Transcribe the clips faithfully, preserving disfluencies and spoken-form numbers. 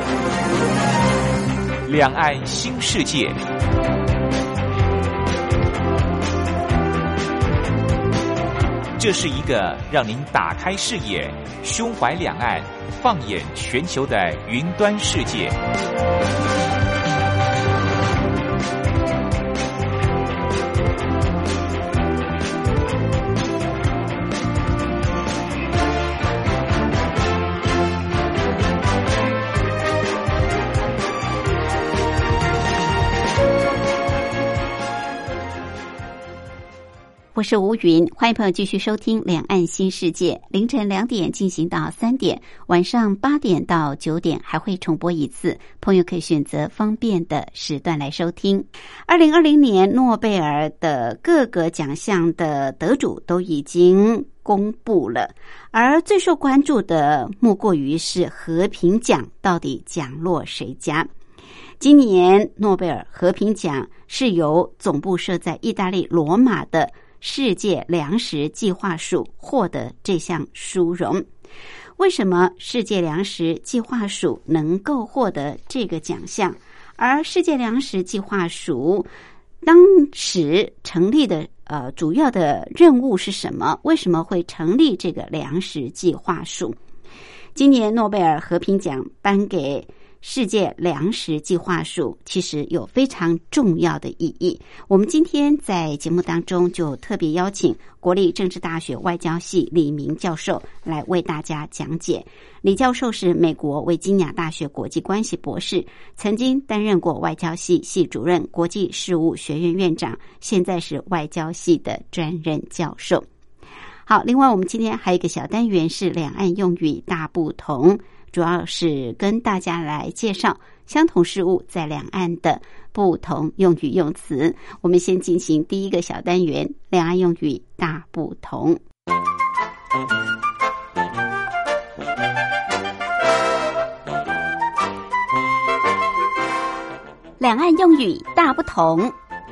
两岸新世界，这是一个让您打开视野、胸怀两岸、放眼全球的云端世界。 我是吴云，欢迎朋友继续收听两岸新世界，凌晨两点进行到三点，晚上八点到九点还会重播一次，朋友可以选择方便的时段来收听。二零二零年诺贝尔的各个奖项的得主都已经公布了，而最受关注的莫过于是和平奖到底奖落谁家。今年诺贝尔和平奖是由总部设在意大利罗马的世界粮食计划署获得这项殊荣。为什么世界粮食计划署能够获得这个奖项？而世界粮食计划署当时成立的呃主要的任务是什么？为什么会成立这个粮食计划署？今年诺贝尔和平奖颁给世界粮食计划署其实有非常重要的意义。我们今天在节目当中就特别邀请国立政治大学外交系李明教授来为大家讲解。李教授是美国维吉尼亚大学国际关系博士，曾经担任过外交系系主任、国际事务学院院长，现在是外交系的专任教授。好，另外我们今天还有一个小单元是两岸用语大不同，主要是跟大家来介绍相同事物在两岸的不同用语用词。我们先进行第一个小单元，两岸用语大不同。两岸用语大不同。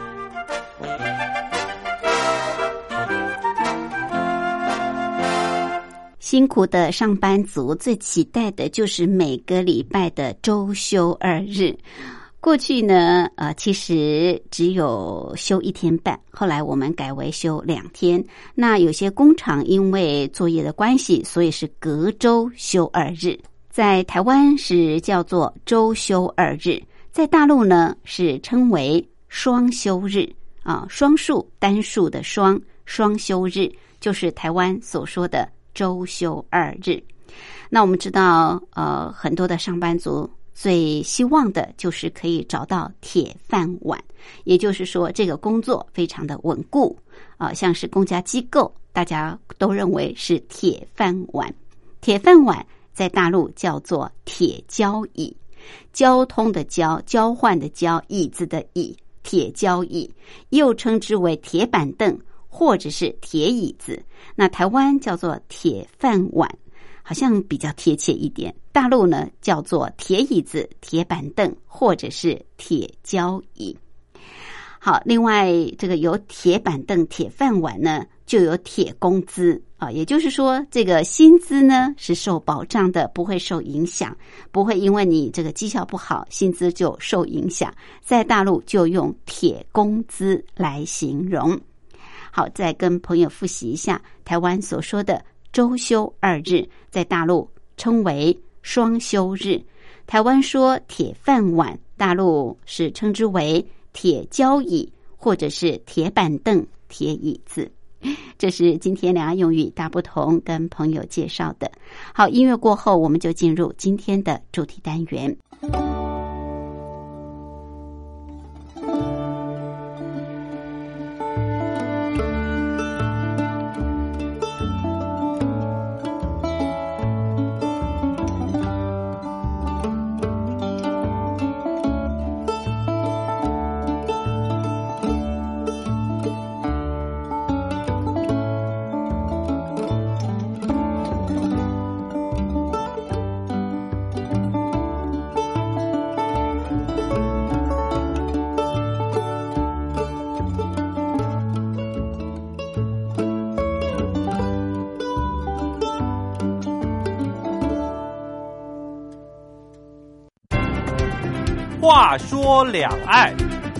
辛苦的上班族最期待的就是每个礼拜的周休二日。过去呢，呃，其实只有休一天半，后来我们改为休两天。那有些工厂因为作业的关系，所以是隔周休二日。在台湾是叫做周休二日，在大陆呢是称为双休日啊，双数单数的双，双休日就是台湾所说的周休二日。那我们知道呃，很多的上班族最希望的就是可以找到铁饭碗，也就是说这个工作非常的稳固啊、呃，像是公家机构大家都认为是铁饭碗。铁饭碗在大陆叫做铁交椅，交通的交，交换的交，椅子的椅，铁交椅，又称之为铁板凳或者是铁椅子。那台湾叫做铁饭碗，好像比较贴切一点。大陆呢叫做铁椅子、铁板凳或者是铁交椅。好，另外这个有铁板凳、铁饭碗呢，就有铁工资啊，也就是说这个薪资呢是受保障的，不会受影响，不会因为你这个绩效不好，薪资就受影响。在大陆就用铁工资来形容。好，再跟朋友复习一下台湾所说的周休二日，在大陆称为双休日。台湾说铁饭碗，大陆是称之为铁交椅或者是铁板凳、铁椅子。这是今天两岸用语大不同跟朋友介绍的。好，音乐过后我们就进入今天的主题单元。 话说两岸。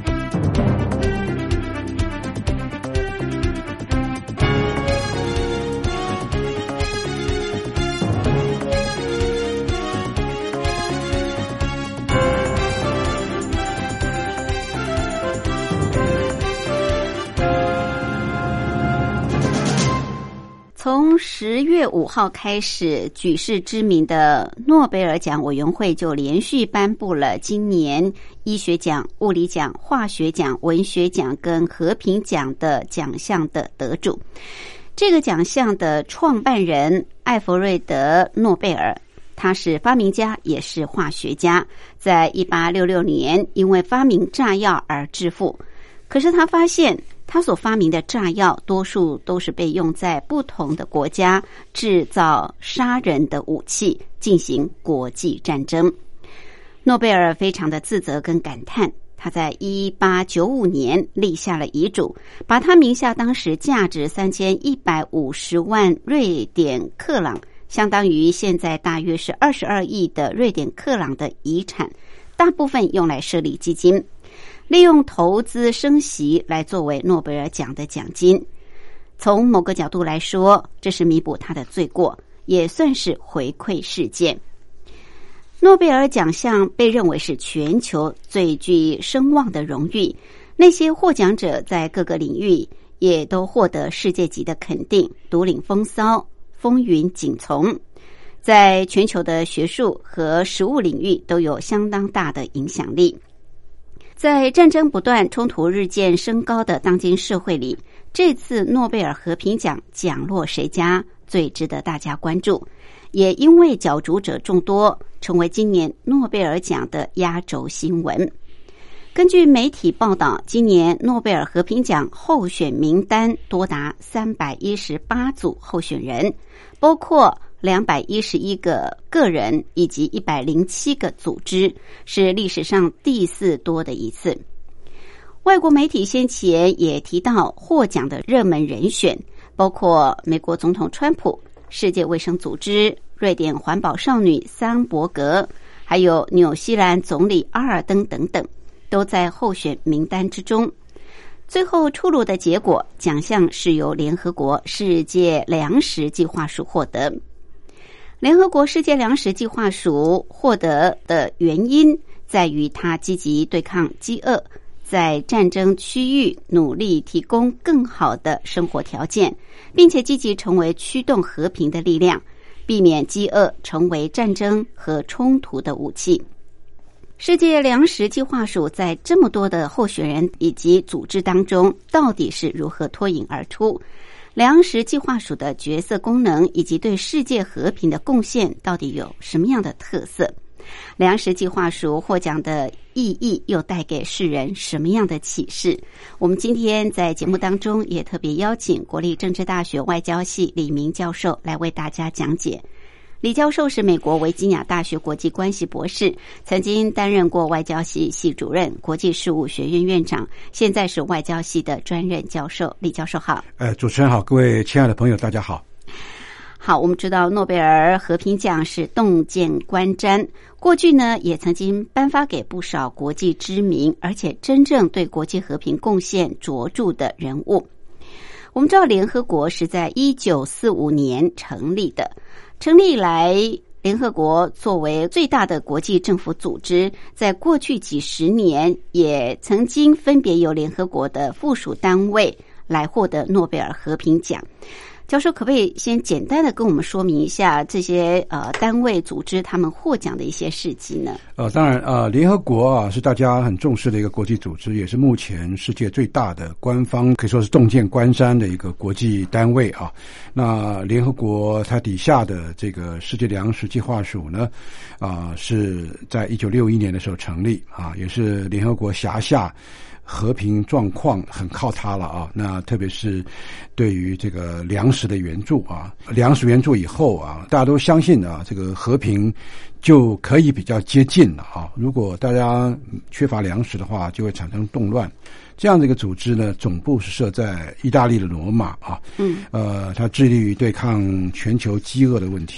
从十月五号开始，举世知名的诺贝尔奖委员会就连续颁布了今年医学奖、物理奖、化学奖、文学奖跟和平奖的奖项的得主。这个奖项的创办人艾弗瑞德·诺贝尔，他是发明家也是化学家，在一八六六年因为发明炸药而致富。可是他发现他所发明的炸药多数都是被用在不同的国家制造杀人的武器，进行国际战争。诺贝尔非常的自责跟感叹，他在一八九五年立下了遗嘱，把他名下当时价值三千一百五十万瑞典克朗，相当于现在大约是二十二亿的瑞典克朗的遗产，大部分用来设立基金，利用投资升息来作为诺贝尔奖的奖金。从某个角度来说，这是弥补他的罪过，也算是回馈世界。诺贝尔奖项被认为是全球最具声望的荣誉，那些获奖者在各个领域也都获得世界级的肯定，独领风骚，风云锦从，在全球的学术和实务领域都有相当大的影响力。在战争不断、冲突日渐升高的当今社会里，这次诺贝尔和平奖奖落谁家最值得大家关注，也因为角逐者众多，成为今年诺贝尔奖的压轴新闻。根据媒体报道，今年诺贝尔和平奖候选名单多达三百一十八组候选人，包括两百一十一个个人以及一百零七个组织，是历史上第四多的一次。外国媒体先前也提到获奖的热门人选，包括美国总统川普、世界卫生组织、瑞典环保少女桑伯格，还有纽西兰总理阿尔登等等，都在候选名单之中。最后出炉的结果，奖项是由联合国世界粮食计划署获得。联合国世界粮食计划署获得的原因在于它积极对抗饥饿，在战争区域努力提供更好的生活条件，并且积极成为驱动和平的力量，避免饥饿成为战争和冲突的武器。世界粮食计划署在这么多的候选人以及组织当中，到底是如何脱颖而出？粮食计划署的角色功能以及对世界和平的贡献到底有什么样的特色？粮食计划署获奖的意义又带给世人什么样的启示？我们今天在节目当中也特别邀请国立政治大学外交系李明教授来为大家讲解。李教授是美国维吉尼亚大学国际关系博士，曾经担任过外交系系主任、国际事务学院院长，现在是外交系的专任教授。李教授好。 呃，主持人好，各位亲爱的朋友大家好。 好，我们知道诺贝尔和平奖是洞见观瞻，过去呢也曾经颁发给不少国际知名而且真正对国际和平贡献卓著的人物。我们知道联合国是在一九四五年成立的，成立以来，联合国作为最大的国际政府组织，在过去几十年也曾经分别由联合国的附属单位来获得诺贝尔和平奖。教授可不可以先简单的跟我们说明一下这些呃单位组织他们获奖的一些事迹呢？ 呃，当然呃，联合国啊是大家很重视的一个国际组织，也是目前世界最大的官方可以说是洞见观瞻的一个国际单位啊。那联合国它底下的这个世界粮食计划署呢，啊、呃、是在一九六一年的时候成立啊，也是联合国辖下和平状况很靠它了啊。那特别是对于这个粮食的援助啊，粮食援助以后啊，大家都相信啊，这个和平就可以比较接近了啊。如果大家缺乏粮食的话，就会产生动乱。这样的一个组织呢，总部是设在意大利的罗马啊。嗯，呃，它致力于对抗全球饥饿的问题。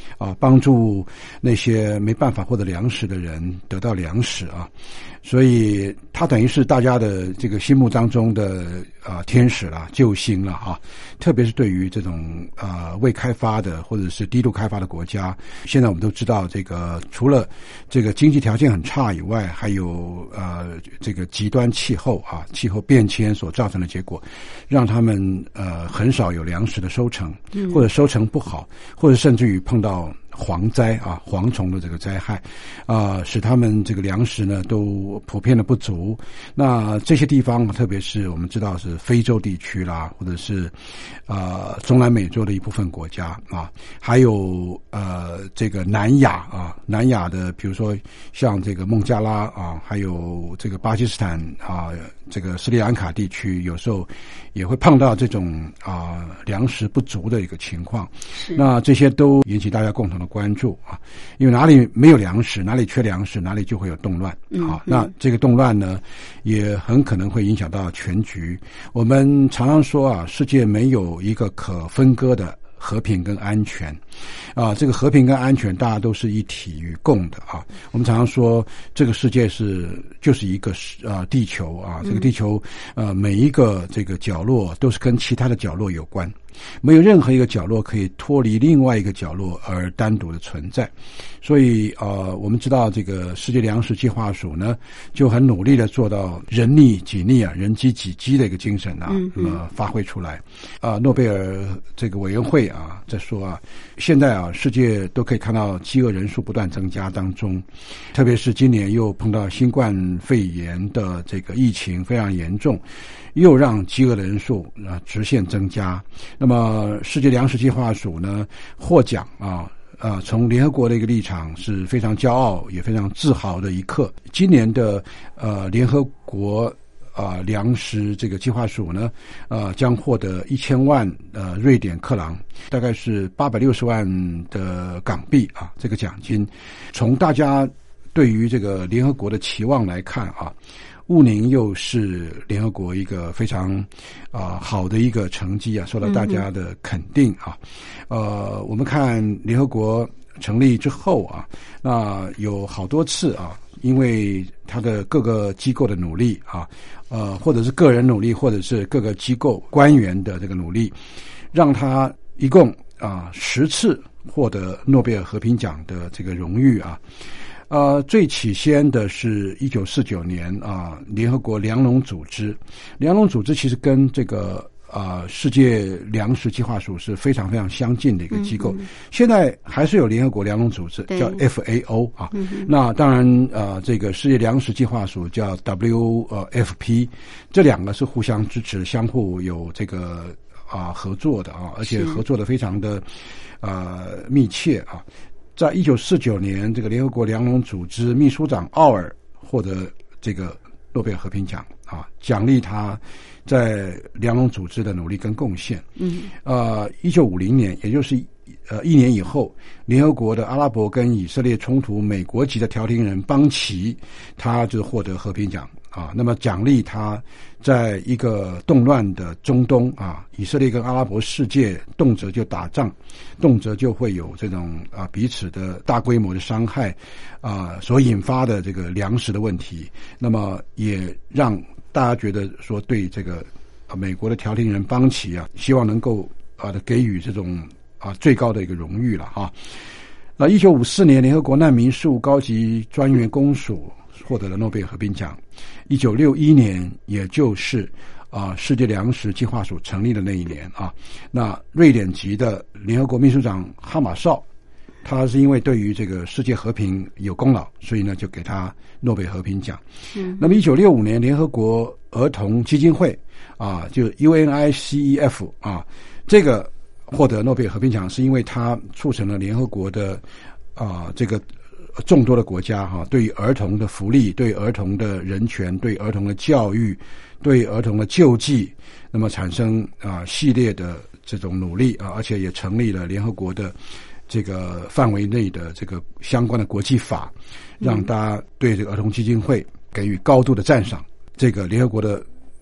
啊，帮助那些没办法获得粮食的人得到粮食啊。所以他等于是大家的这个心目当中的啊、呃、天使啦、救星啦啊，特别是对于这种啊、呃、未开发的或者是低度开发的国家，现在我们都知道，这个除了这个经济条件很差以外，还有呃这个极端气候啊、气候变迁所造成的结果，让他们呃很少有粮食的收成，或者收成不好，或者甚至于碰到蝗灾啊、蝗虫的这个灾害啊、呃，使他们这个粮食呢都普遍的不足。那这些地方，特别是我们知道是非洲地区啦，或者是呃中南美洲的一部分国家啊，还有呃这个南亚啊，南亚的比如说像这个孟加拉啊，还有这个巴基斯坦啊，这个斯里兰卡地区，有时候也会碰到这种啊粮食不足的一个情况。那这些都引起大家共同的关注啊，因为哪里没有粮食，哪里缺粮食，哪里就会有动乱啊。 嗯嗯、 那这个动乱呢，也很可能会影响到全局。我们常常说啊，世界没有一个可分割的和平跟安全啊，这个和平跟安全大家都是一体与共的啊。我们常常说这个世界是就是一个啊地球啊，这个地球呃每一个这个角落都是跟其他的角落有关，没有任何一个角落可以脱离另外一个角落而单独的存在。所以呃我们知道这个世界粮食计划署呢就很努力的做到人力己力啊，人机己机的一个精神啊，那么发挥出来啊。诺贝尔这个委员会啊在说啊，现在啊世界都可以看到饥饿人数不断增加当中，特别是今年又碰到新冠肺炎的这个疫情非常严重，又让饥饿的人数啊直线增加。那么世界粮食计划署呢获奖啊啊，从联合国的一个立场是非常骄傲也非常自豪的一刻。今年的呃联合国啊、呃、粮食这个计划署呢呃将获得一千万呃瑞典克朗，大概是八百六十万的港币啊这个奖金。从大家对于这个联合国的期望来看啊，务宁又是联合国一个非常啊、呃、好的一个成绩啊，受到大家的肯定啊。呃，我们看联合国成立之后啊，那有好多次啊，因为它的各个机构的努力啊，呃，或者是个人努力，或者是各个机构官员的这个努力，让它一共啊十次获得诺贝尔和平奖的这个荣誉啊。呃，最起先的是一九四九年啊，联合国粮农组织，粮农组织其实跟这个啊世界粮食计划署是非常非常相近的一个机构。嗯嗯、现在还是有联合国粮农组织叫 F A O 啊，嗯、那当然呃，这个世界粮食计划署叫 W 呃 F P， 这两个是互相支持、相互有这个啊、呃、合作的啊，而且合作的非常的呃密切啊。在一九四九年，这个联合国粮农组织秘书长奥尔获得这个诺贝尔和平奖啊，奖励他在粮农组织的努力跟贡献。嗯，呃，一九五零年，也就是呃一年以后，联合国的阿拉伯跟以色列冲突美国籍的调停人邦奇，他就获得和平奖啊。那么奖励他在一个动乱的中东啊，以色列跟阿拉伯世界动辄就打仗，动辄就会有这种啊彼此的大规模的伤害啊，所引发的这个粮食的问题，那么也让大家觉得说对这个啊美国的调停人邦奇啊，希望能够啊的给予这种啊最高的一个荣誉了哈。那一九五四年，联合国难民事务高级专员公署获得了诺贝尔和平奖。一九六一年，也就是啊世界粮食计划署成立的那一年啊，那瑞典籍的联合国秘书长哈马绍，他是因为对于这个世界和平有功劳，所以呢就给他诺贝尔和平奖。嗯，那么一九六五年，联合国儿童基金会啊，就 U N I C E F 啊，这个获得诺贝尔和平奖是因为他促成了联合国的啊这个众多的国家哈、啊，对于儿童的福利、对儿童的人权、对儿童的教育、对儿童的救济，那么产生啊系列的这种努力啊，而且也成立了联合国的这个范围内的这个相关的国际法，让大家对这个儿童基金会给予高度的赞赏。这个联合国的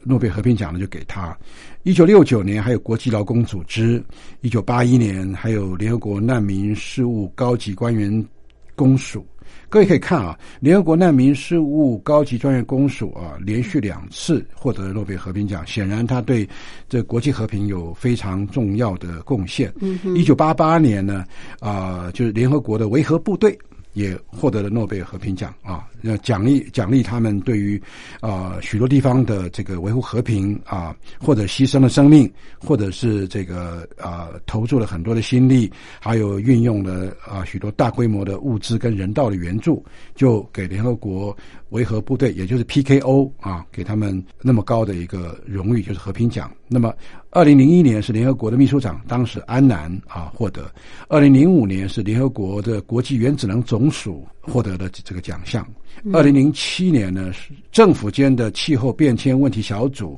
诺贝尔和平奖呢就给他。一九六九年还有国际劳工组织，一九八一年还有联合国难民事务高级官员公署。各位可以看啊，联合国难民事务高级专员公署啊，连续两次获得诺贝尔和平奖，显然他对这国际和平有非常重要的贡献。一九八八年呢，啊、呃，就是联合国的维和部队也获得了诺贝尔和平奖啊，要奖励奖励他们对于啊、呃、许多地方的这个维护和平啊，或者牺牲了生命，或者是这个啊、呃、投注了很多的心力，还有运用了啊、呃、许多大规模的物资跟人道的援助，就给联合国维和部队，也就是 P K O 啊，给他们那么高的一个荣誉，就是和平奖。那么二零零一年是联合国的秘书长，当时安南啊获得。二零零五年是联合国的国际原子能总署获得的这个奖项。二零零七年呢是政府间的气候变迁问题小组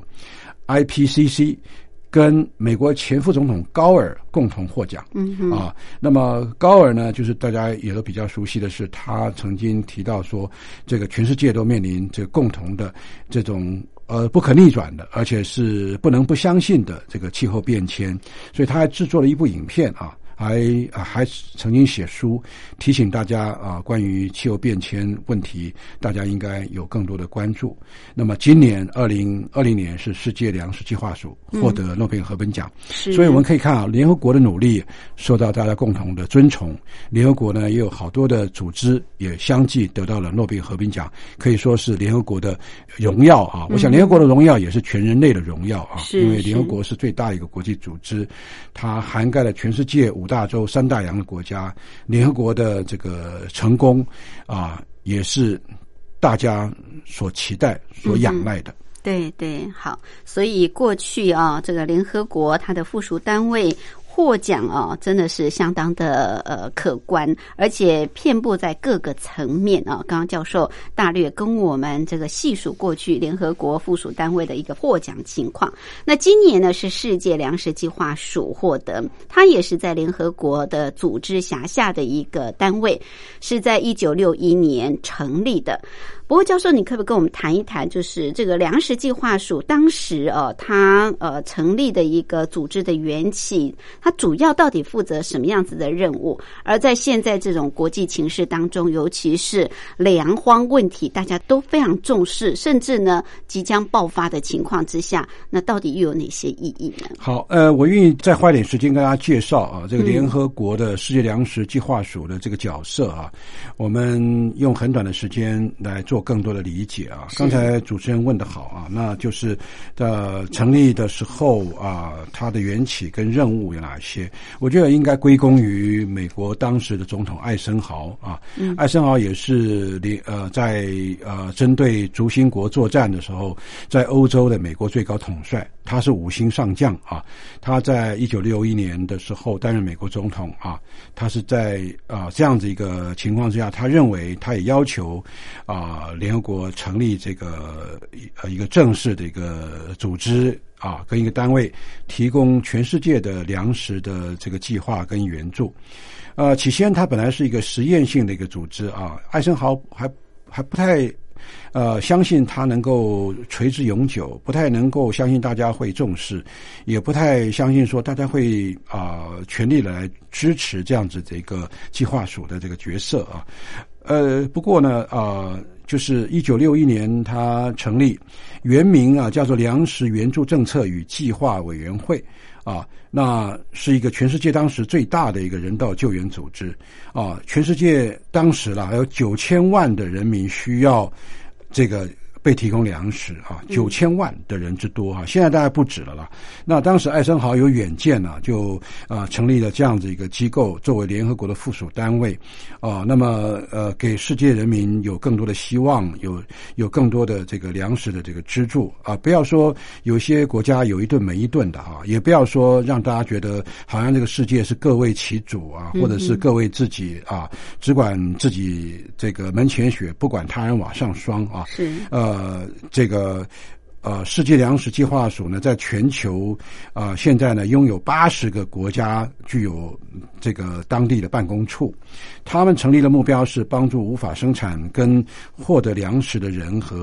I P C C 跟美国前副总统高尔共同获奖。嗯啊，那么高尔呢，就是大家也都比较熟悉的是，他曾经提到说，这个全世界都面临这个共同的这种呃不可逆转的，而且是不能不相信的这个气候变迁，所以他还制作了一部影片啊。还啊还曾经写书提醒大家啊，关于气候变迁问题，大家应该有更多的关注。那么今年二零二零年是世界粮食计划署获得诺贝尔和平奖，嗯、所以我们可以看啊，联合国的努力受到大家共同的尊崇。联合国呢也有好多的组织也相继得到了诺贝尔和平奖，可以说是联合国的荣耀啊。我想联合国的荣耀也是全人类的荣耀啊，因为联合国是最大一个国际组织，它涵盖了全世界五大洲三大洋的国家，联合国的这个成功啊，也是大家所期待、所仰赖的。嗯、 对对，好，所以过去啊，这个联合国它的附属单位获奖啊，真的是相当的呃可观，而且遍布在各个层面啊。刚刚教授大略跟我们这个细数过去联合国附属单位的一个获奖情况。那今年呢是世界粮食计划署获得，它也是在联合国的组织辖下的一个单位，是在一九六一年成立的。不过教授，你可不可以跟我们谈一谈，就是这个粮食计划署当时呃，它呃成立的一个组织的缘起，它主要到底负责什么样子的任务？而在现在这种国际情势当中，尤其是粮荒问题，大家都非常重视，甚至呢即将爆发的情况之下，那到底又有哪些意义呢？ 好，呃，我愿意再花一点时间跟大家介绍啊，这个联合国的世界粮食计划署的这个角色啊，嗯、我们用很短的时间来做更多的理解啊。刚才主持人问得好啊，那就是呃成立的时候啊，它的缘起跟任务有哪些？我觉得应该归功于美国当时的总统艾森豪啊。嗯、艾森豪也是呃在呃针对轴心国作战的时候，在欧洲的美国最高统帅，他是五星上将啊。他在一九六一年的时候担任美国总统啊，他是在啊、呃、这样子一个情况之下，他认为他也要求啊。呃联合国成立这个呃一个正式的一个组织啊，跟一个单位提供全世界的粮食的这个计划跟援助。呃，起先它本来是一个实验性的一个组织啊，艾森豪还还不太呃相信它能够垂直永久，不太能够相信大家会重视，也不太相信说大家会啊、呃、全力的来支持这样子的一个计划署的这个角色啊。呃，不过呢，呃，就是一九六一年它成立，原名啊叫做粮食援助政策与计划委员会啊，那是一个全世界当时最大的一个人道救援组织啊，全世界当时啦还有九千万的人民需要这个被提供粮食啊，九千万的人之多啊，现在大概不止了啦。那当时艾森豪有远见啊，就啊成立了这样子一个机构，作为联合国的附属单位啊，那么呃给世界人民有更多的希望，有有更多的这个粮食的这个资助啊，不要说有些国家有一顿没一顿的啊，也不要说让大家觉得好像这个世界是各为其主啊，或者是各为自己啊，只管自己这个门前雪，不管他人瓦上霜啊，是呃。呃，这个呃，世界粮食计划署呢，在全球啊、呃，现在呢拥有八十个国家具有这个当地的办公处。他们成立的目标是帮助无法生产跟获得粮食的人和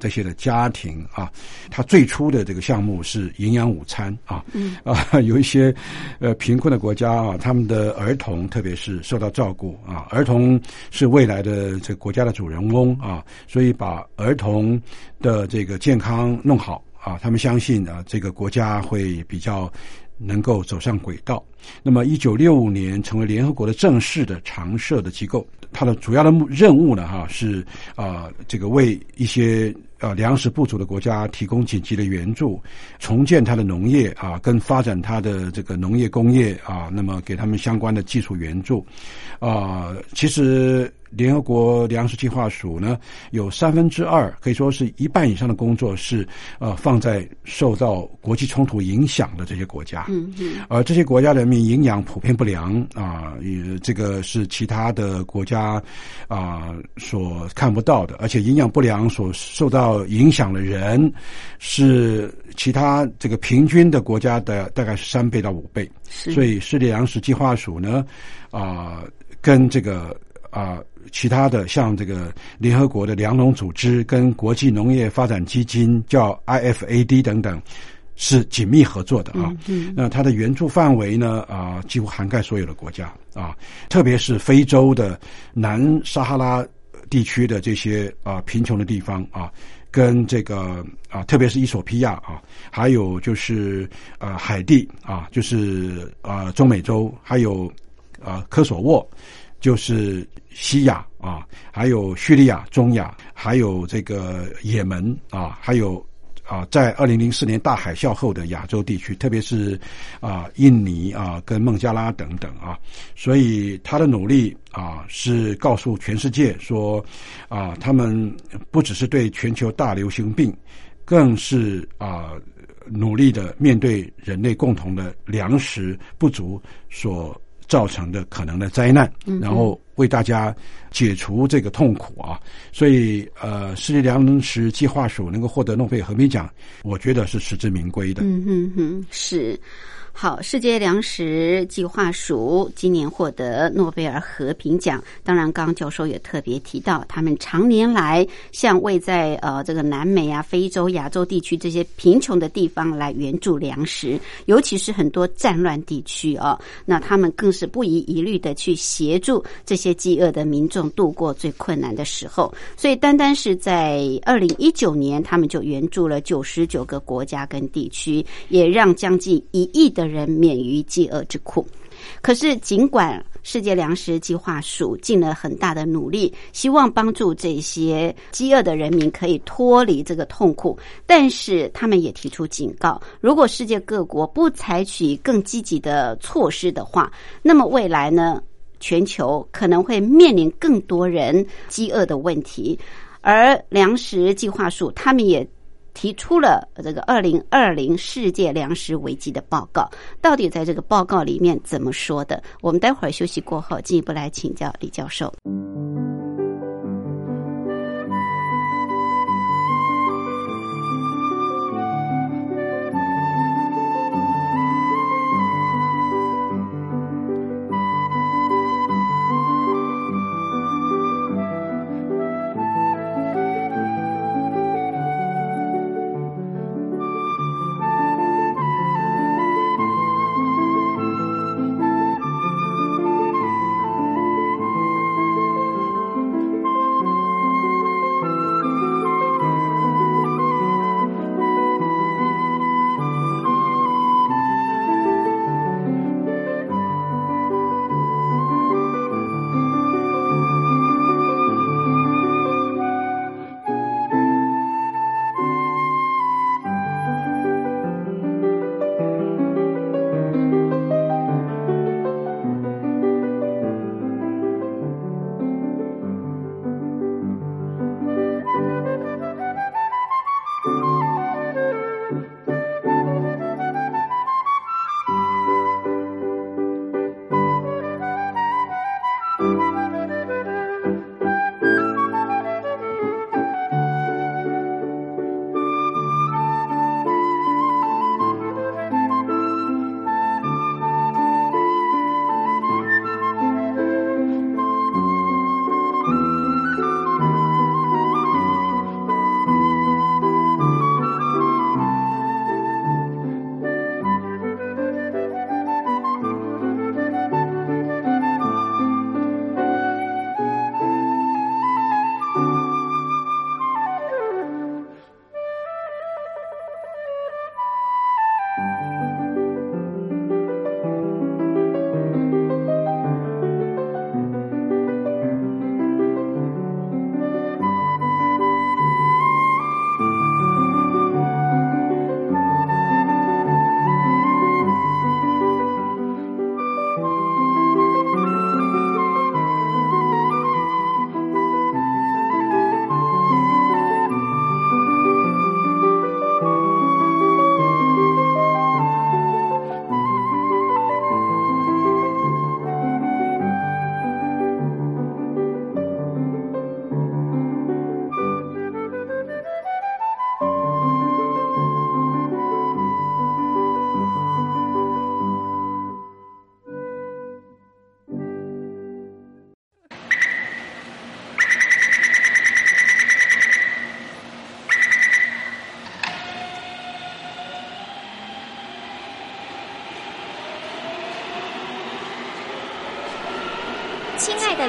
这些的家庭啊，它最初的这个项目是营养午餐啊，嗯啊，有一些呃贫困的国家啊，他们的儿童特别是受到照顾啊，儿童是未来的这个国家的主人翁啊，所以把儿童的这个健康弄好啊，他们相信啊，这个国家会比较能够走上轨道。那么一九六五年成为联合国的正式的常设的机构，它的主要的任务呢哈是啊、呃、这个为一些呃粮食不足的国家提供紧急的援助，重建它的农业啊，跟发展它的这个农业工业啊，那么给他们相关的技术援助啊。其实联合国粮食计划署呢，有三分之二，可以说是一半以上的工作是呃放在受到国际冲突影响的这些国家，嗯嗯，而这些国家人民营养普遍不良啊，呃，这个是其他的国家啊所看不到的，而且营养不良所受到影响的人是其他这个平均的国家的大概是三倍到五倍，所以世界粮食计划署呢啊跟这个啊。其他的像这个联合国的粮农组织跟国际农业发展基金叫 I F A D 等等是紧密合作的啊。嗯嗯，那它的援助范围呢啊几乎涵盖所有的国家啊，特别是非洲的南撒哈拉地区的这些啊贫穷的地方啊，跟这个啊特别是伊索比亚啊，还有就是呃海地啊，就是啊中美洲，还有啊科索沃。就是西亚啊，还有叙利亚、中亚，还有这个也门啊，还有啊，在二零零四年大海啸后的亚洲地区，特别是啊印尼啊跟孟加拉等等啊，所以他的努力啊是告诉全世界说啊，他们不只是对全球大流行病，更是啊努力的面对人类共同的粮食不足所造成的可能的灾难，然后为大家解除这个痛苦啊，所以呃，世界粮食计划署能够获得诺贝尔和平奖，我觉得是实至名归的。 嗯哼哼，是。好，世界粮食计划署今年获得诺贝尔和平奖。当然，刚刚教授也特别提到，他们常年来向位在呃这个南美啊、非洲、亚洲地区这些贫穷的地方来援助粮食，尤其是很多战乱地区啊，那他们更是不遗余力的去协助这些饥饿的民众度过最困难的时候。所以，单单是在二零一九年，他们就援助了九十九个国家跟地区，也让将近一亿的人免于饥饿之苦。可是尽管世界粮食计划署尽了很大的努力，希望帮助这些饥饿的人民可以脱离这个痛苦，但是他们也提出警告，如果世界各国不采取更积极的措施的话，那么未来呢，全球可能会面临更多人饥饿的问题。而粮食计划署他们也提出了这个二零二零世界粮食危机的报告，到底在这个报告里面怎么说的？我们待会儿休息过后进一步来请教李教授。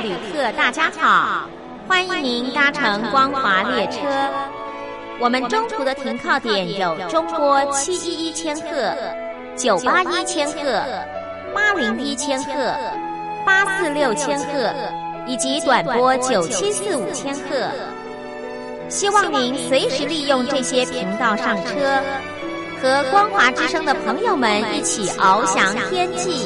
旅客大家好，欢迎您搭乘光华列车。我们中途的停靠点有中波七一一千赫、九八一千赫、八零一千赫、八四六千赫以及短波九七四五千赫。希望您随时利用这些频道上车，和光华之声的朋友们一起翱翔天际。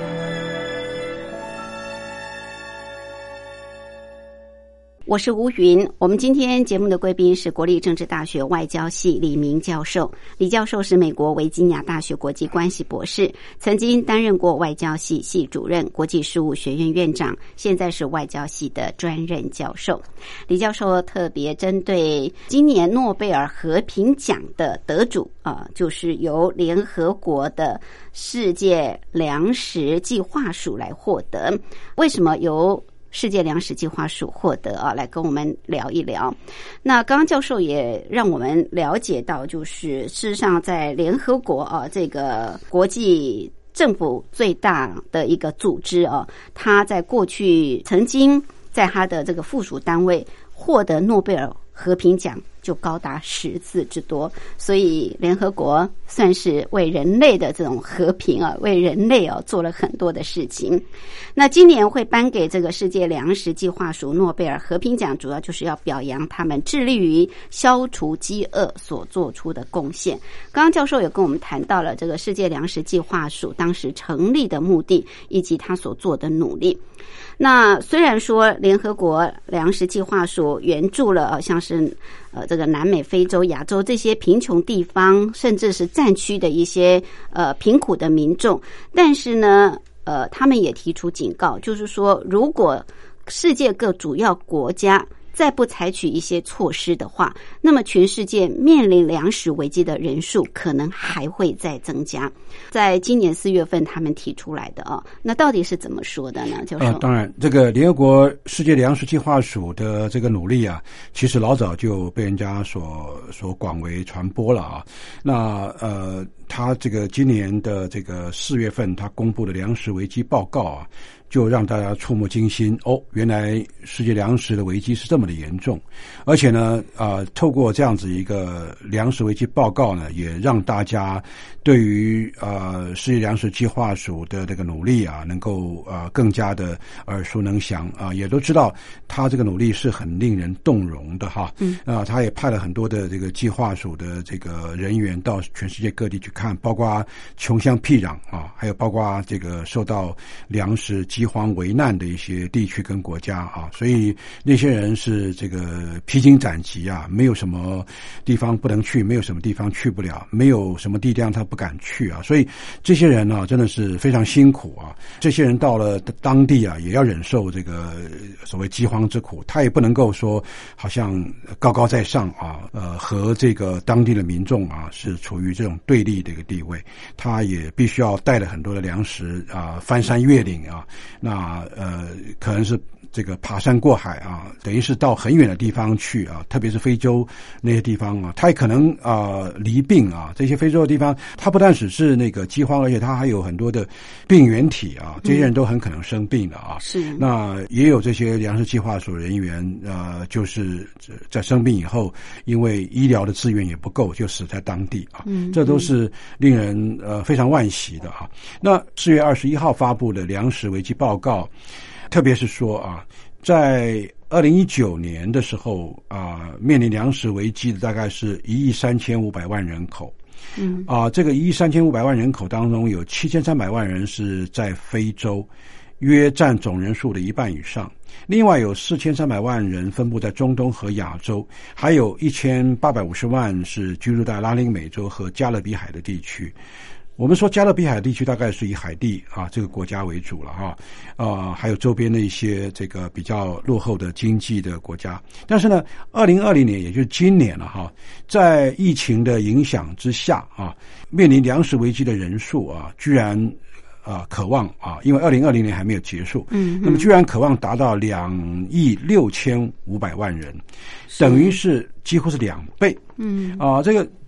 我是吴云，我们今天节目的贵宾是国立政治大学外交系李明教授。李教授是美国维吉尼亚大学国际关系博士，曾经担任过外交系系主任、国际事务学院院长，现在是外交系的专任教授。李教授特别针对今年诺贝尔和平奖的得主啊、呃，就是由联合国的世界粮食计划署来获得。为什么由世界粮食计划署获得啊，来跟我们聊一聊。那刚刚教授也让我们了解到，就是事实上在联合国啊这个国际政府最大的一个组织啊，它在过去曾经在它的这个附属单位获得诺贝尔和平奖就高达十次之多，所以联合国算是为人类的这种和平啊，为人类啊做了很多的事情。那今年会颁给这个世界粮食计划署诺贝尔和平奖，主要就是要表扬他们致力于消除饥饿所做出的贡献。刚刚教授有跟我们谈到了这个世界粮食计划署当时成立的目的以及他所做的努力。那虽然说联合国粮食计划署援助了呃像是呃这个南美、非洲、亚洲这些贫穷地方，甚至是战区的一些呃贫苦的民众，但是呢呃他们也提出警告，就是说如果世界各主要国家再不采取一些措施的话，那么全世界面临粮食危机的人数可能还会再增加。在今年四月份他们提出来的啊，那到底是怎么说的呢？教授？ 呃，当然，这个联合国世界粮食计划署的这个努力啊，其实老早就被人家所所广为传播了啊。那呃，他这个今年的这个四月份，他公布的粮食危机报告啊，就让大家触目惊心哦，原来世界粮食的危机是这么的严重，而且呢，呃，透过这样子一个粮食危机报告呢，也让大家对于呃世界粮食计划署的这个努力啊，能够呃更加的耳熟能详啊、呃，也都知道他这个努力是很令人动容的哈。嗯，啊、呃，他也派了很多的这个计划署的这个人员到全世界各地去看，包括穷乡僻壤啊，还有包括这个受到粮食饥荒危难的一些地区跟国家啊，所以那些人是这个披荆斩棘啊，没有什么地方不能去，没有什么地方去不了，没有什么地方他不敢去啊，所以这些人啊真的是非常辛苦啊。这些人到了当地啊，也要忍受这个所谓饥荒之苦，他也不能够说好像高高在上啊，呃，和这个当地的民众啊是处于这种对立的一个地位，他也必须要带了很多的粮食啊，翻山越岭啊。那呃，可能是这个爬山过海啊，等于是到很远的地方去啊，特别是非洲那些地方啊，他也可能啊罹病啊，这些非洲的地方，他不但只是那个饥荒，而且他还有很多的病原体啊，这些人都很可能生病的啊。是、嗯。那也有这些粮食计划署人员呃，就是在生病以后，因为医疗的资源也不够，就死在当地啊。嗯。这都是令人呃非常惋惜的啊。那四月二十一号发布的粮食危机报告，特别是说啊，在二零一九年的时候啊，面临粮食危机的大概是一亿三千五百万人口。嗯啊，这个一亿三千五百万人口当中，有七千三百万人是在非洲，约占总人数的一半以上。另外有四千三百万人分布在中东和亚洲，还有一千八百五十万是居住在拉丁美洲和加勒比海的地区。我们说加勒比海地区大概是以海地啊这个国家为主了哈，啊还有周边的一些这个比较落后的经济的国家。但是呢，二零二零年也就是今年了哈，在疫情的影响之下啊，面临粮食危机的人数啊，居然啊渴望啊，因为二零二零年还没有结束，嗯，那么居然渴望达到两亿六千五百万人，等于是几乎是两倍，嗯啊这个。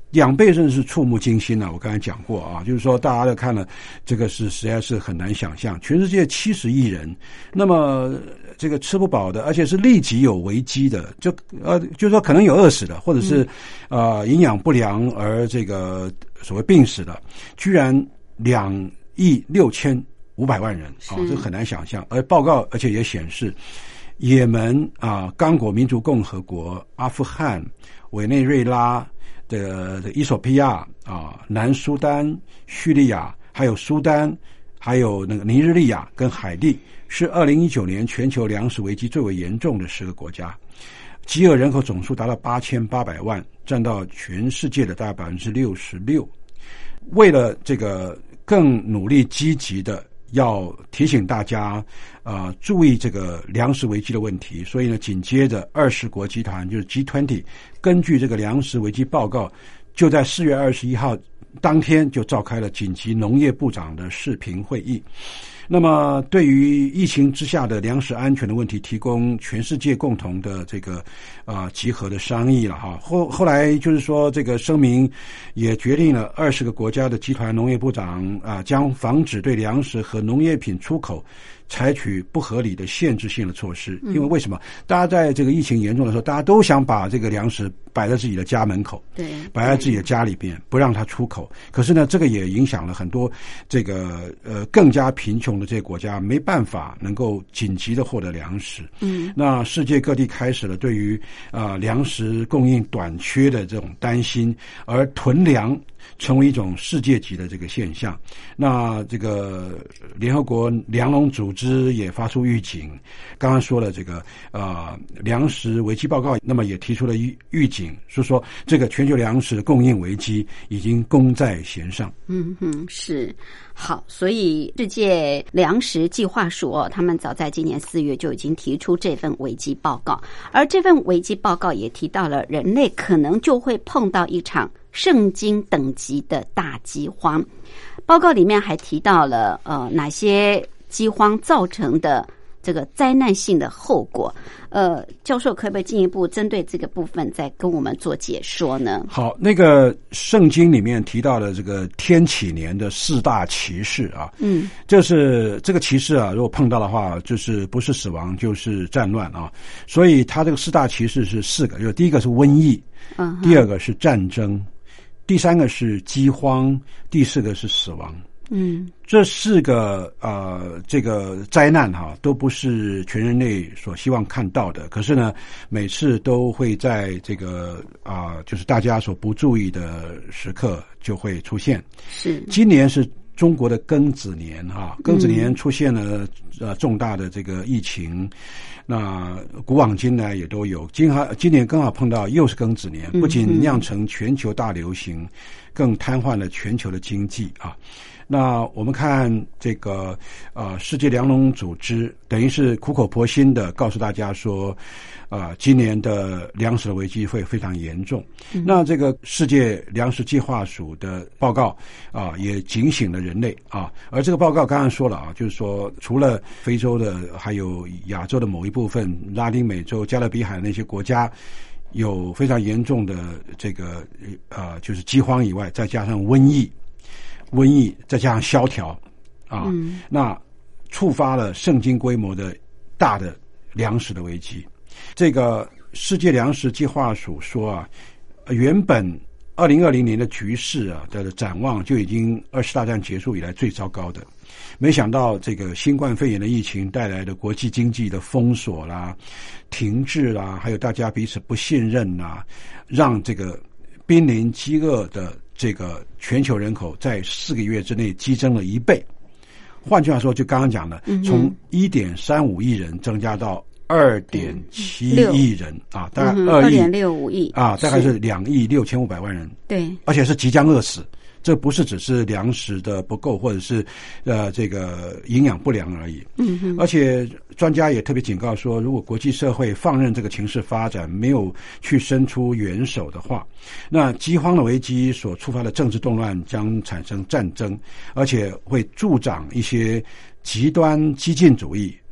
两倍甚至是触目惊心啊！我刚才讲过啊，就是说大家都看了这个是实在是很难想象，全世界七十亿人，那么这个吃不饱的，而且是立即有危机的，就呃就是说可能有饿死的，或者是呃营养不良而这个所谓病死的，居然两亿六千五百万人啊，这很难想象。而报告而且也显示，也门啊、刚果民主共和国、阿富汗、委内瑞拉。的的伊索比亚啊、南苏丹、叙利亚，还有苏丹，还有那个尼日利亚跟海地，是二零一九年全球粮食危机最为严重的十个国家。饥饿人口总数达到八千八百万，占到全世界的大概百分之六十六。为了这个更努力积极的要提醒大家呃注意这个粮食危机的问题，所以呢紧接着二十国集团就是 G 二十 根据这个粮食危机报告，就在四月二十一号当天就召开了紧急农业部长的视频会议。那么对于疫情之下的粮食安全的问题，提供全世界共同的这个啊、呃、集合的商议了哈。后后来就是说这个声明也决定了二十个国家的集团农业部长啊、呃、将防止对粮食和农业品出口采取不合理的限制性的措施。因为为什么？大家在这个疫情严重的时候，大家都想把这个粮食摆在自己的家门口， 对， 摆在自己的家里边，不让它出口。可是呢，这个也影响了很多这个呃更加贫穷的这些国家，没办法能够紧急的获得粮食。嗯，那世界各地开始了对于啊、呃、粮食供应短缺的这种担心，而囤粮成为一种世界级的这个现象。那这个联合国粮农组织也发出预警，刚刚说了这个呃粮食危机报告，那么也提出了预预警，说说这个全球粮食供应危机已经功在弦上。 嗯哼，是。好，所以世界粮食计划署哦，他们早在今年四月就已经提出这份危机报告，而这份危机报告也提到了人类可能就会碰到一场圣经等级的大饥荒。报告里面还提到了呃哪些饥荒造成的这个灾难性的后果。呃，教授可不可以进一步针对这个部分再跟我们做解说呢？ 好，那个圣经里面提到的这个天启年的四大奇事啊，嗯，就是这个奇事啊，如果碰到的话，就是不是死亡就是战乱啊，所以它这个四大奇事是四个，就第一个是瘟疫，嗯，第二个是战争，第三个是饥荒，第四个是死亡。嗯，这四个呃这个灾难哈、啊、都不是全人类所希望看到的，可是呢每次都会在这个啊、呃、就是大家所不注意的时刻就会出现。是，今年是中国的庚子年哈、啊，庚子年出现了呃重大的这个疫情。那古往今来也都有，今好今年刚好碰到又是庚子年，不仅酿成全球大流行，更瘫痪了全球的经济啊。那我们看这个呃世界粮农组织等于是苦口婆心的告诉大家说，呃今年的粮食的危机会非常严重。嗯、那这个世界粮食计划署的报告啊、呃、也警醒了人类啊。而这个报告刚刚说了啊，就是说除了非洲的，还有亚洲的某一部分，拉丁美洲、加勒比海那些国家有非常严重的这个呃就是饥荒以外，再加上瘟疫。瘟疫再加上萧条啊、嗯，那触发了圣经规模的大的粮食的危机。这个世界粮食计划署说啊，原本二零二零年的局势啊的展望就已经二次大战结束以来最糟糕的，没想到这个新冠肺炎的疫情带来的国际经济的封锁啦、停滞啦，还有大家彼此不信任啦，让这个濒临饥饿的这个全球人口在四个月之内激增了一倍。换句话说，就刚刚讲的，嗯、从 一点三五亿人增加到 二点七亿人、嗯、啊，大概二亿 二点六五亿啊，大概是两亿六千五百万人。对，而且是即将饿死。这不是只是粮食的不够，或者是呃这个营养不良而已。嗯哼，而且专家也特别警告说，如果国际社会放任这个情势发展，没有去伸出援手的话，那饥荒的危机所触发的政治动乱将产生战争，而且会助长一些极端激进主义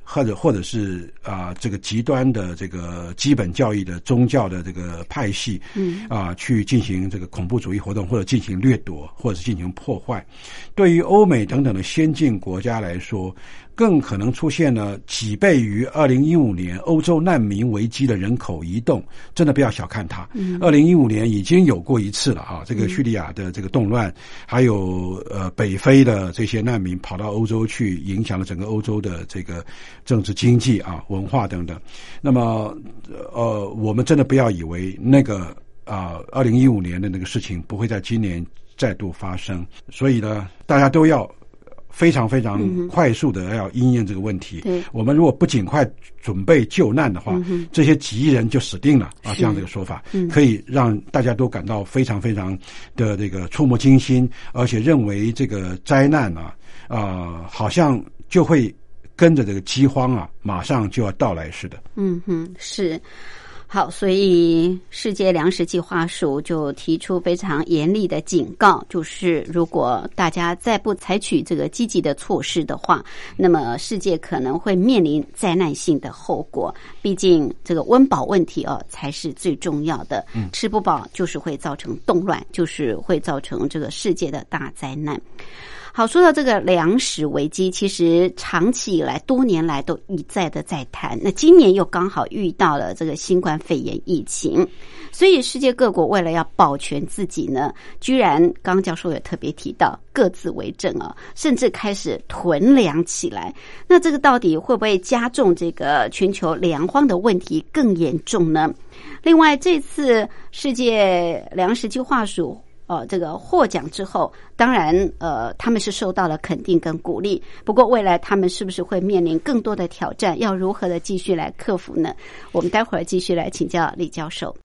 或者或者是啊、呃、这个极端的这个基本教义的宗教的这个派系，嗯啊、呃、去进行这个恐怖主义活动，或者进行掠夺，或者是进行破坏。对于欧美等等的先进国家来说，更可能出现了几倍于二零一五年欧洲难民危机的人口移动，真的不要小看它。二零一五年已经有过一次了啊，这个叙利亚的这个动乱，还有呃北非的这些难民跑到欧洲去，影响了整个欧洲的这个政治经济啊、文化等等。那么呃，我们真的不要以为那个啊二零一五年的那个事情不会在今年再度发生，所以呢，大家都要非常非常快速的要因应这个问题。 对， 我们如果不尽快准备救难的话，嗯、这些几亿人就死定了啊！这样这个说法、嗯、可以让大家都感到非常非常的这个触目惊心，而且认为这个灾难啊啊、呃，好像就会跟着这个饥荒啊，马上就要到来似的。 嗯哼，是。好，所以世界粮食计划署就提出非常严厉的警告，就是如果大家再不采取这个积极的措施的话，那么世界可能会面临灾难性的后果。毕竟这个温饱问题哦，才是最重要的。嗯，吃不饱就是会造成动乱，就是会造成这个世界的大灾难。好，说到这个粮食危机，其实长期以来多年来都一再的在谈，那今年又刚好遇到了这个新冠肺炎疫情，所以世界各国为了要保全自己呢，居然刚刚教授也特别提到各自为政啊，甚至开始囤粮起来。那这个到底会不会加重这个全球粮荒的问题更严重呢？另外，这次世界粮食计划署呃，这个获奖之后，当然呃，他们是受到了肯定跟鼓励。不过未来他们是不是会面临更多的挑战？要如何的继续来克服呢？我们待会儿继续来请教李教授。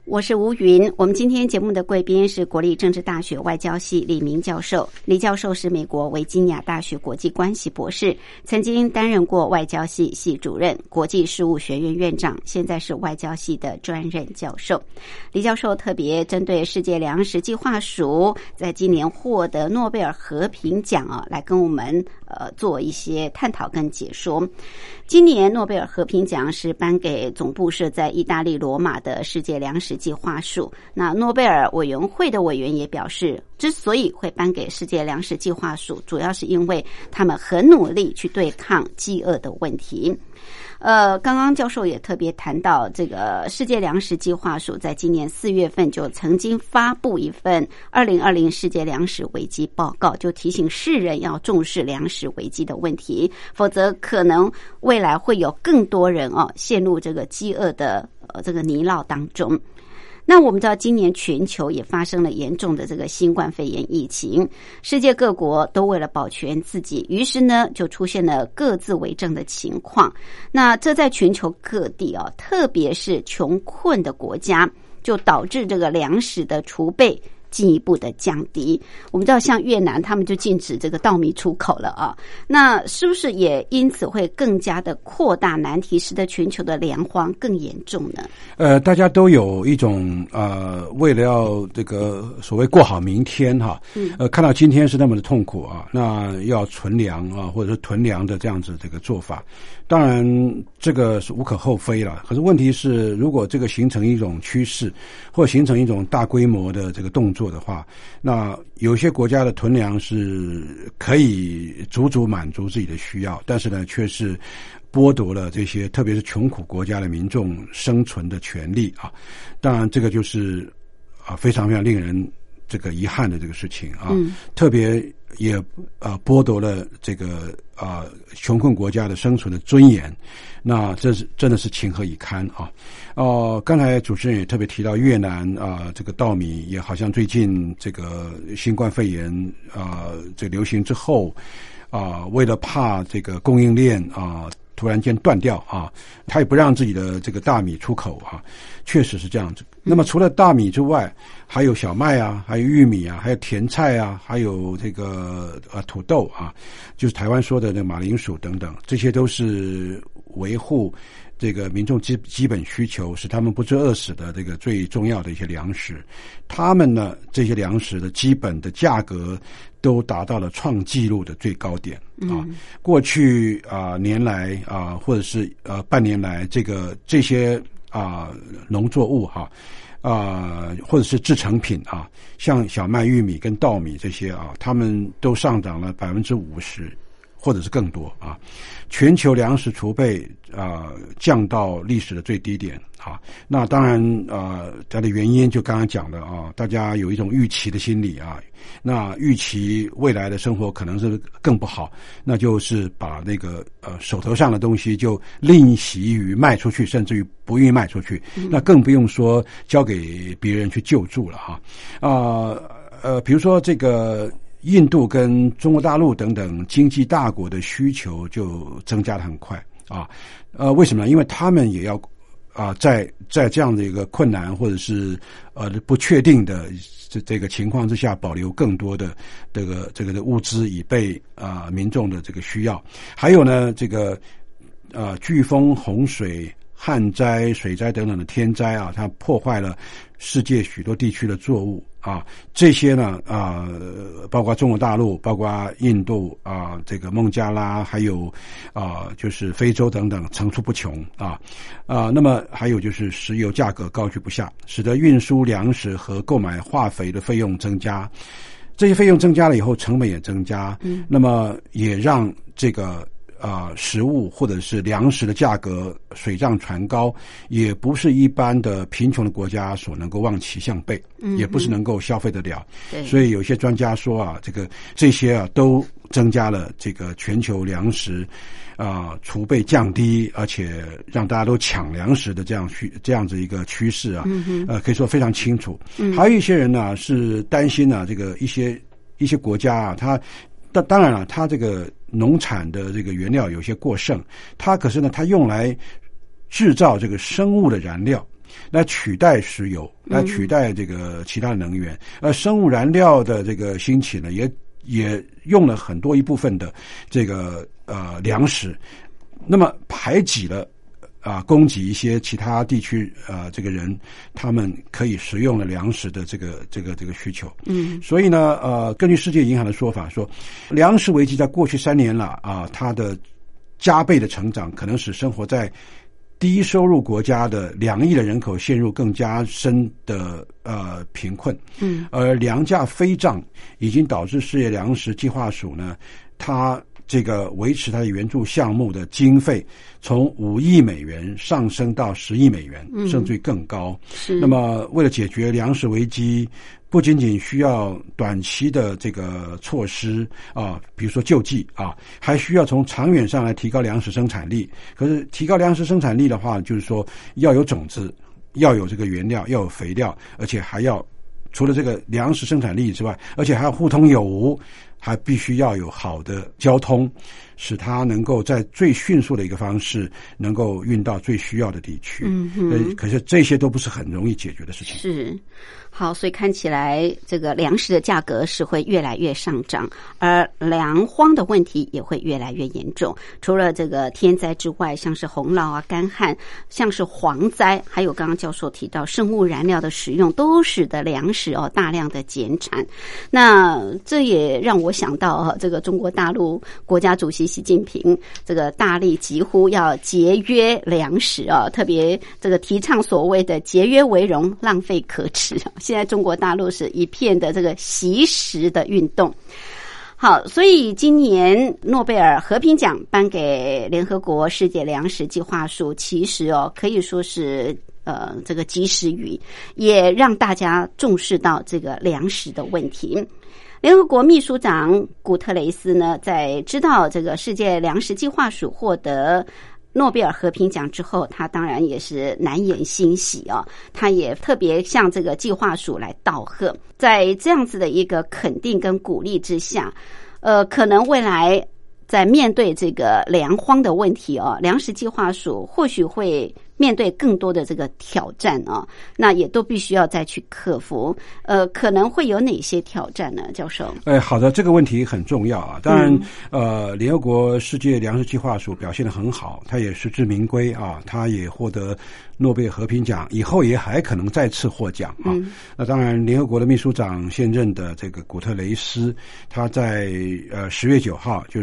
我是吴云。我们今天节目的贵宾是国立政治大学外交系李明教授。李教授是美国维吉尼亚大学国际关系博士，曾经担任过外交系系主任、国际事务学院院长，现在是外交系的专任教授。李教授特别针对世界粮食计划署在今年获得诺贝尔和平奖啊，来跟我们呃做一些探讨跟解说。今年诺贝尔和平奖是颁给总部设在意大利罗马的世界粮食计划署。那诺贝尔委员会的委员也表示，之所以会颁给世界粮食计划署，主要是因为他们很努力去对抗饥饿的问题。呃，刚刚教授也特别谈到，这个世界粮食计划署在今年四月份就曾经发布一份二零二零世界粮食危机报告，就提醒世人要重视粮食危机的问题，否则可能未来会有更多人哦陷入这个饥饿的呃这个泥淖当中。那我们知道今年全球也发生了严重的这个新冠肺炎疫情，世界各国都为了保全自己，于是呢就出现了各自为政的情况。那这在全球各地啊，特别是穷困的国家，就导致这个粮食的储备进一步的降低。我们知道像越南他们就禁止这个稻米出口了啊，那是不是也因此会更加的扩大难题，使得全球的粮荒更严重呢？ 呃，大家都有一种呃，为了要这个所谓过好明天哈，嗯，呃，看到今天是那么的痛苦啊，那要存粮啊，或者是囤粮的这样子这个做法，当然这个是无可厚非了。可是问题是，如果这个形成一种趋势，或形成一种大规模的这个动作的话，那有些国家的囤粮是可以足足满足自己的需要，但是呢，却是剥夺了这些特别是穷苦国家的民众生存的权利啊。当然这个就是啊非常非常令人这个遗憾的这个事情啊，嗯、特别也啊剥夺了这个啊穷困国家的生存的尊严。那这是真的是情何以堪啊！哦、呃，刚才主持人也特别提到越南啊、呃，这个稻米也好像最近这个新冠肺炎啊、呃、这个流行之后啊、呃，为了怕这个供应链啊、呃、突然间断掉啊，他也不让自己的这个大米出口啊，确实是这样子。那么除了大米之外，还有小麦啊，还有玉米啊，还有甜菜啊，还有这个呃土豆啊，就是台湾说的那个马铃薯等等，这些都是维护这个民众基基本需求，使他们不致饿死的这个最重要的一些粮食。他们呢，这些粮食的基本的价格都达到了创纪录的最高点啊！嗯、过去啊、呃、年来啊、呃，或者是呃半年来，这个这些啊、呃、农作物哈啊、呃，或者是制成品啊，像小麦、玉米跟稻米这些啊，他们都上涨了百分之五十。或者是更多啊，全球粮食储备啊、呃、降到历史的最低点啊。那当然啊、呃，它的原因就刚刚讲的啊，大家有一种预期的心理啊，那预期未来的生活可能是更不好，那就是把那个呃手头上的东西就吝惜于卖出去，甚至于不愿意卖出去，嗯、那更不用说交给别人去救助了哈啊 呃, 呃，比如说这个。印度跟中国大陆等等经济大国的需求就增加得很快啊，呃，为什么呢？因为他们也要啊，在在这样的一个困难或者是呃不确定的这这个情况之下，保留更多的这个这个的物资，以备啊民众的这个需要。还有呢，这个呃飓风、洪水、旱灾、水灾等等的天灾啊，它破坏了世界许多地区的作物。啊，这些呢，啊、呃，包括中国大陆，包括印度啊，这个孟加拉，还有啊，就是非洲等等，层出不穷啊啊。那么还有就是石油价格高居不下，使得运输粮食和购买化肥的费用增加。这些费用增加了以后，成本也增加，嗯，那么也让这个。啊、呃，食物或者是粮食的价格水涨船高，也不是一般的贫穷的国家所能够望其项背，嗯、也不是能够消费得了。所以有些专家说啊，这个这些啊都增加了这个全球粮食啊、呃、储备降低，而且让大家都抢粮食的这样趋这样子一个趋势啊，嗯、呃可以说非常清楚。嗯、还有一些人呢是担心呢、啊，这个一些一些国家啊，它当当然了，它这个。农产的这个原料有些过剩，它可是呢，它用来制造这个生物的燃料， 来取代石油，来取代这个其他能源。而生物燃料的这个兴起呢，也也用了很多一部分的这个呃粮食，那么排挤了啊，供给一些其他地区呃这个人他们可以食用的粮食的这个这个这个需求。嗯，所以呢呃，根据世界银行的说法说，粮食危机在过去三年了啊，它的加倍的成长可能使生活在低收入国家的两亿的人口陷入更加深的呃贫困。嗯，而粮价飞涨已经导致世界粮食计划署呢，它这个维持它的援助项目的经费从五亿美元上升到十亿美元，嗯、甚至于更高。是。那么为了解决粮食危机，不仅仅需要短期的这个措施啊，比如说救济啊，还需要从长远上来提高粮食生产力。可是提高粮食生产力的话，就是说要有种子，要有这个原料，要有肥料，而且还要除了这个粮食生产力之外，而且还要互通有无，还必须要有好的交通，使它能够在最迅速的一个方式能够运到最需要的地区。嗯哼，可是这些都不是很容易解决的事情。 是。好，所以看起来这个粮食的价格是会越来越上涨，而粮荒的问题也会越来越严重。除了这个天灾之外，像是洪涝啊、干旱，像是蝗灾，还有刚刚教授提到生物燃料的使用，都使得粮食哦大量的减产。那这也让我想到哦，这个中国大陆国家主席习近平这个大力疾呼要节约粮食啊，特别这个提倡所谓的节约为荣，浪费可耻。现在中国大陆是一片的这个惜食的运动。好，所以今年诺贝尔和平奖颁给联合国世界粮食计划署，其实哦可以说是呃这个及时雨，也让大家重视到这个粮食的问题。联合国秘书长古特雷斯呢，在知道这个世界粮食计划署获得诺贝尔和平奖之后，他当然也是难掩欣喜啊！他也特别向这个计划署来道贺。在这样子的一个肯定跟鼓励之下，呃，可能未来在面对这个粮荒的问题哦，粮食计划署或许会面对更多的这个挑战啊，那也都必须要再去克服。呃，可能会有哪些挑战呢，教授？ 哎，好的，这个问题很重要啊。当然，嗯、呃，联合国世界粮食计划署表现得很好，它也实至名归啊，它也获得诺贝尔和平奖，以后也还可能再次获奖啊。嗯、那当然，联合国的秘书长现任的这个古特雷斯，他在呃十月九号就是。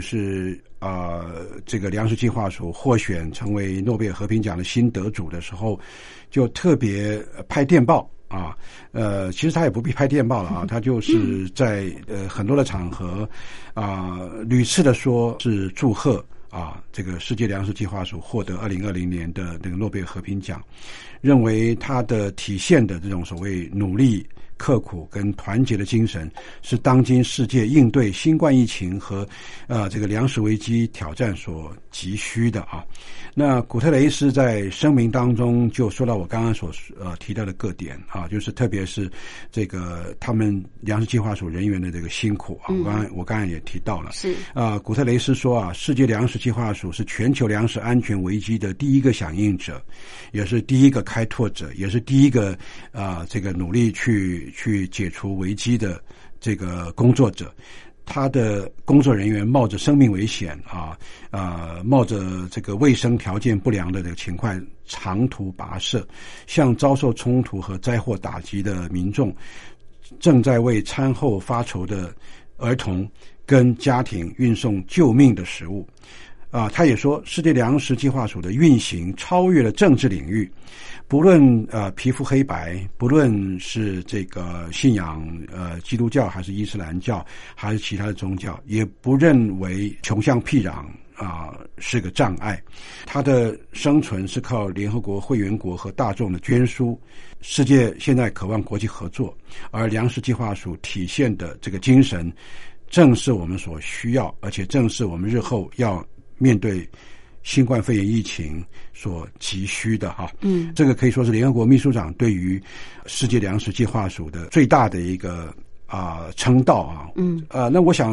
呃，这个粮食计划署获选成为诺贝尔和平奖的新得主的时候，就特别拍电报啊，呃，其实他也不必拍电报了啊，他就是在呃很多的场合啊，屡次的说是祝贺啊，这个世界粮食计划署获得二零二零年的那个诺贝尔和平奖，认为他的体现的这种所谓努力、刻苦跟团结的精神，是当今世界应对新冠疫情和呃这个粮食危机挑战所急需的啊。那古特雷斯在声明当中就说到我刚刚所呃提到的各点啊，就是特别是这个他们粮食计划署人员的这个辛苦啊，我刚刚我刚才也提到了，是啊，古特雷斯说啊，世界粮食计划署是全球粮食安全危机的第一个响应者，也是第一个开拓者，也是第一个啊、呃、这个努力去去解除危机的这个工作者。他的工作人员冒着生命危险啊啊、呃，冒着这个卫生条件不良的这个情况，长途跋涉，向遭受冲突和灾祸打击的民众，正在为餐后发愁的儿童跟家庭运送救命的食物。啊，他也说，世界粮食计划署的运行超越了政治领域，不论呃皮肤黑白，不论是这个信仰呃基督教还是伊斯兰教还是其他的宗教，也不认为穷乡僻壤啊、呃、是个障碍。他的生存是靠联合国会员国和大众的捐书。世界现在渴望国际合作，而粮食计划署体现的这个精神，正是我们所需要，而且正是我们日后要面对新冠肺炎疫情所急需的哈，嗯，这个可以说是联合国秘书长对于世界粮食计划署的最大的一个啊、呃、称道啊，嗯，呃，那我想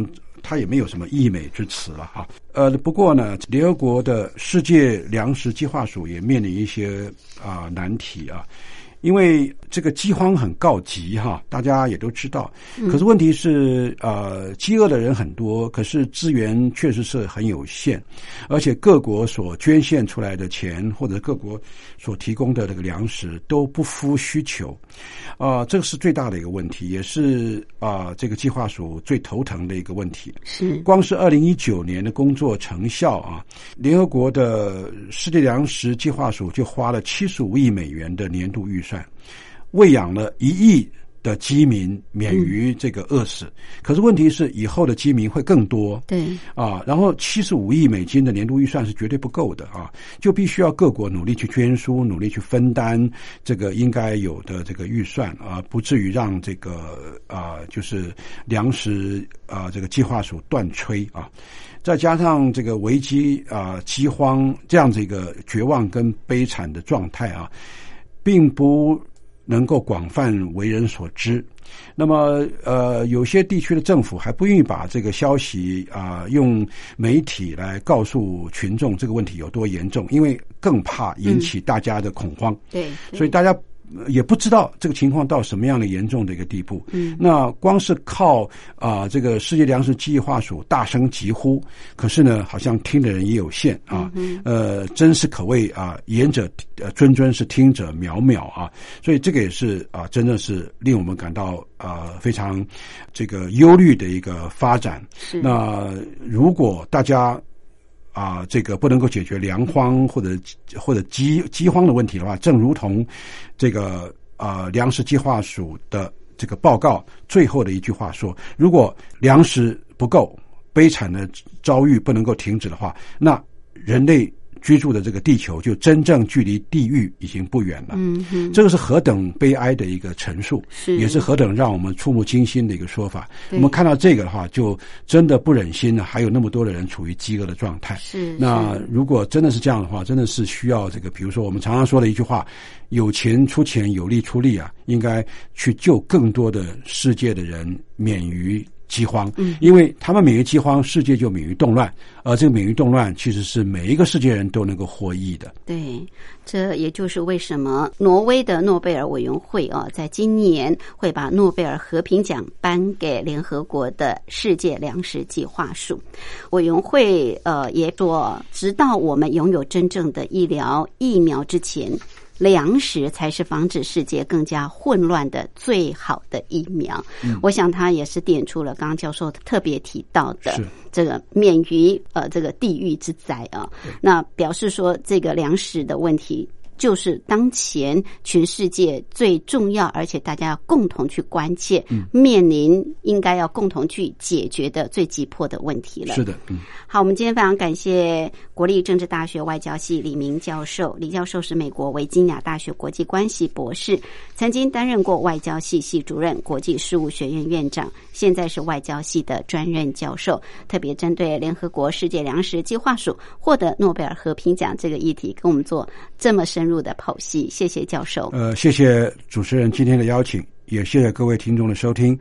它也没有什么溢美之词了哈。呃，不过呢，联合国的世界粮食计划署也面临一些啊、呃、难题啊。因为这个饥荒很告急哈，大家也都知道。可是问题是，呃，饥饿的人很多，可是资源确实是很有限，而且各国所捐献出来的钱或者各国所提供的这个粮食都不敷需求，啊、呃，这个是最大的一个问题，也是啊、呃、这个计划署最头疼的一个问题。 是， 光是二零一九年的工作成效啊，联合国的世界粮食计划署就花了七十五亿美元的年度预算。喂养了一亿的饥民免于这个饿死，嗯、可是问题是以后的饥民会更多， 对啊，然后七十五亿美金的年度预算是绝对不够的啊，就必须要各国努力去捐输，努力去分担这个应该有的这个预算啊，不至于让这个啊就是粮食啊这个计划署断炊啊。再加上这个危机啊、饥荒这样子一个绝望跟悲惨的状态啊。并不能够广泛为人所知。那么，呃，有些地区的政府还不愿意把这个消息啊、呃、用媒体来告诉群众这个问题有多严重，因为更怕引起大家的恐慌。 嗯、对, 对， 所以大家也不知道这个情况到什么样的严重的一个地步。嗯，那光是靠啊、呃、这个世界粮食计划署大声疾呼，可是呢，好像听的人也有限啊。嗯、呃，真是可谓啊，言者呃谆谆，是听者渺渺啊。所以这个也是啊，真的是令我们感到啊、呃、非常这个忧虑的一个发展。是，那如果大家啊，这个不能够解决粮荒或者或者饥饥荒的问题的话，正如同这个啊粮食计划署的这个报告最后的一句话说，如果粮食不够，悲惨的遭遇不能够停止的话，那人类居住的这个地球就真正距离地狱已经不远了。嗯哼，这个是何等悲哀的一个陈述，是也是何等让我们触目惊心的一个说法。我们看到这个的话，就真的不忍心呢，还有那么多的人处于饥饿的状态。是，那如果真的是这样的话，真的是需要这个，比如说我们常常说的一句话，有钱出钱，有力出力啊，应该去救更多的世界的人免于饥荒，嗯，因为他们免于饥荒，世界就免于动乱，而这个免于动乱其实是每一个世界人都能够获益的。 对，这也就是为什么挪威的诺贝尔委员会啊，在今年会把诺贝尔和平奖颁给联合国的世界粮食计划署。委员会呃也说，直到我们拥有真正的医疗疫苗之前，粮食才是防止世界更加混乱的最好的疫苗。嗯、我想他也是点出了刚刚教授特别提到的这个免于呃这个地狱之灾啊。那表示说这个粮食的问题就是当前全世界最重要，而且大家要共同去关切、嗯、面临应该要共同去解决的最急迫的问题了。 是的，嗯， 好，我们今天非常感谢国立政治大学外交系李明教授。李教授是美国维吉尼亚大学国际关系博士，曾经担任过外交系系主任、国际事务学院院长，现在是外交系的专任教授，特别针对联合国世界粮食计划署获得诺贝尔和平奖这个议题跟我们做这么深入的剖析。谢谢教授。 呃，谢谢主持人今天的邀请，也谢谢各位听众的收听。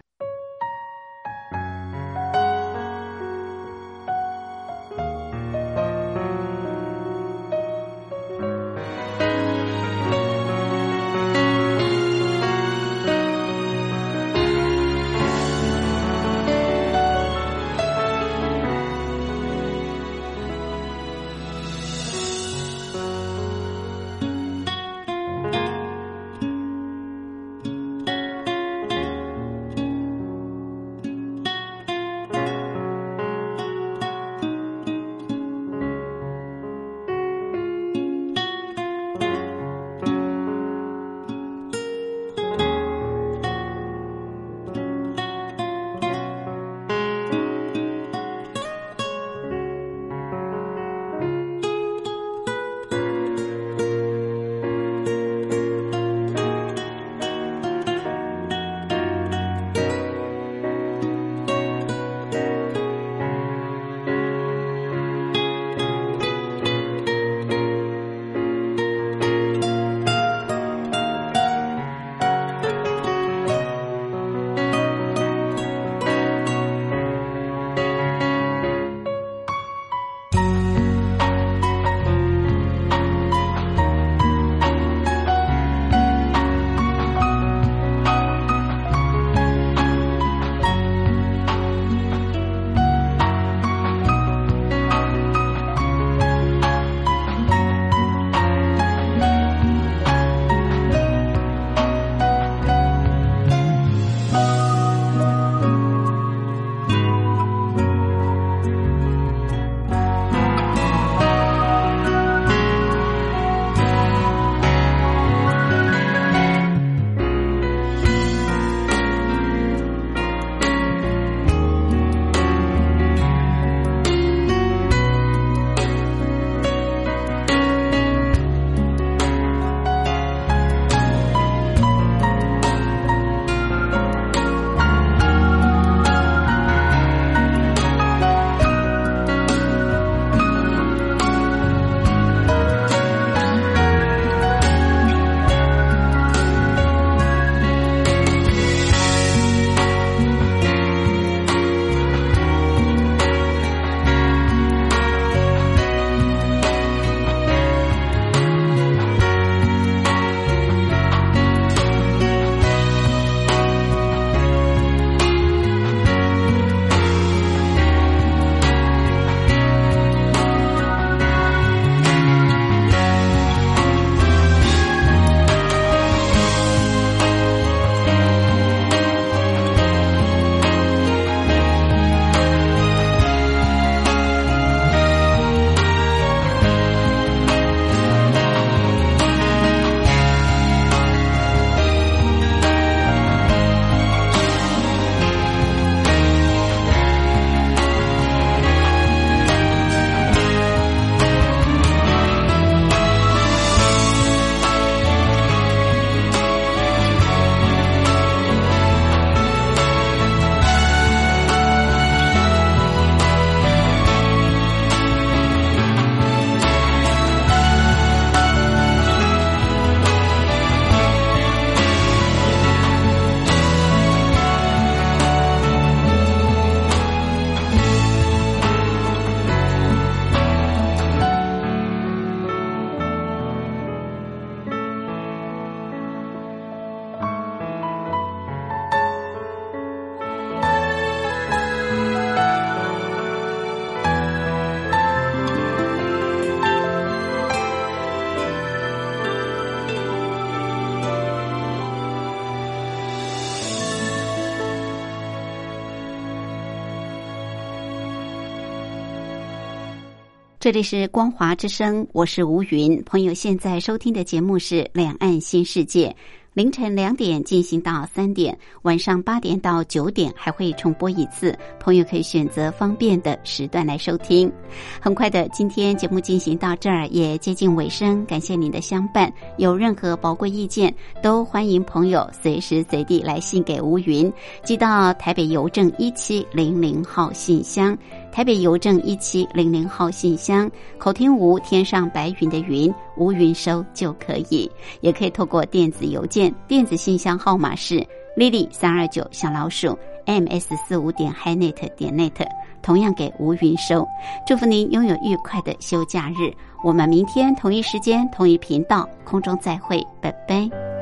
这里是光华之声，我是吴云。朋友现在收听的节目是两岸新世界，凌晨两点进行到三点，晚上八点到九点还会重播一次，朋友可以选择方便的时段来收听。很快的，今天节目进行到这儿也接近尾声，感谢您的相伴。有任何宝贵意见，都欢迎朋友随时随地来信给吴云，寄到台北邮政一七零零号信箱，台北邮政一七零零号信箱，口听吴，天上白云的云，吴云收就可以。也可以透过电子邮件，电子信箱号码是 lily 三二九 小老鼠 m s 四五 点 hinet 点 net， 同样给吴云收。祝福您拥有愉快的休假日，我们明天同一时间同一频道空中再会，拜拜。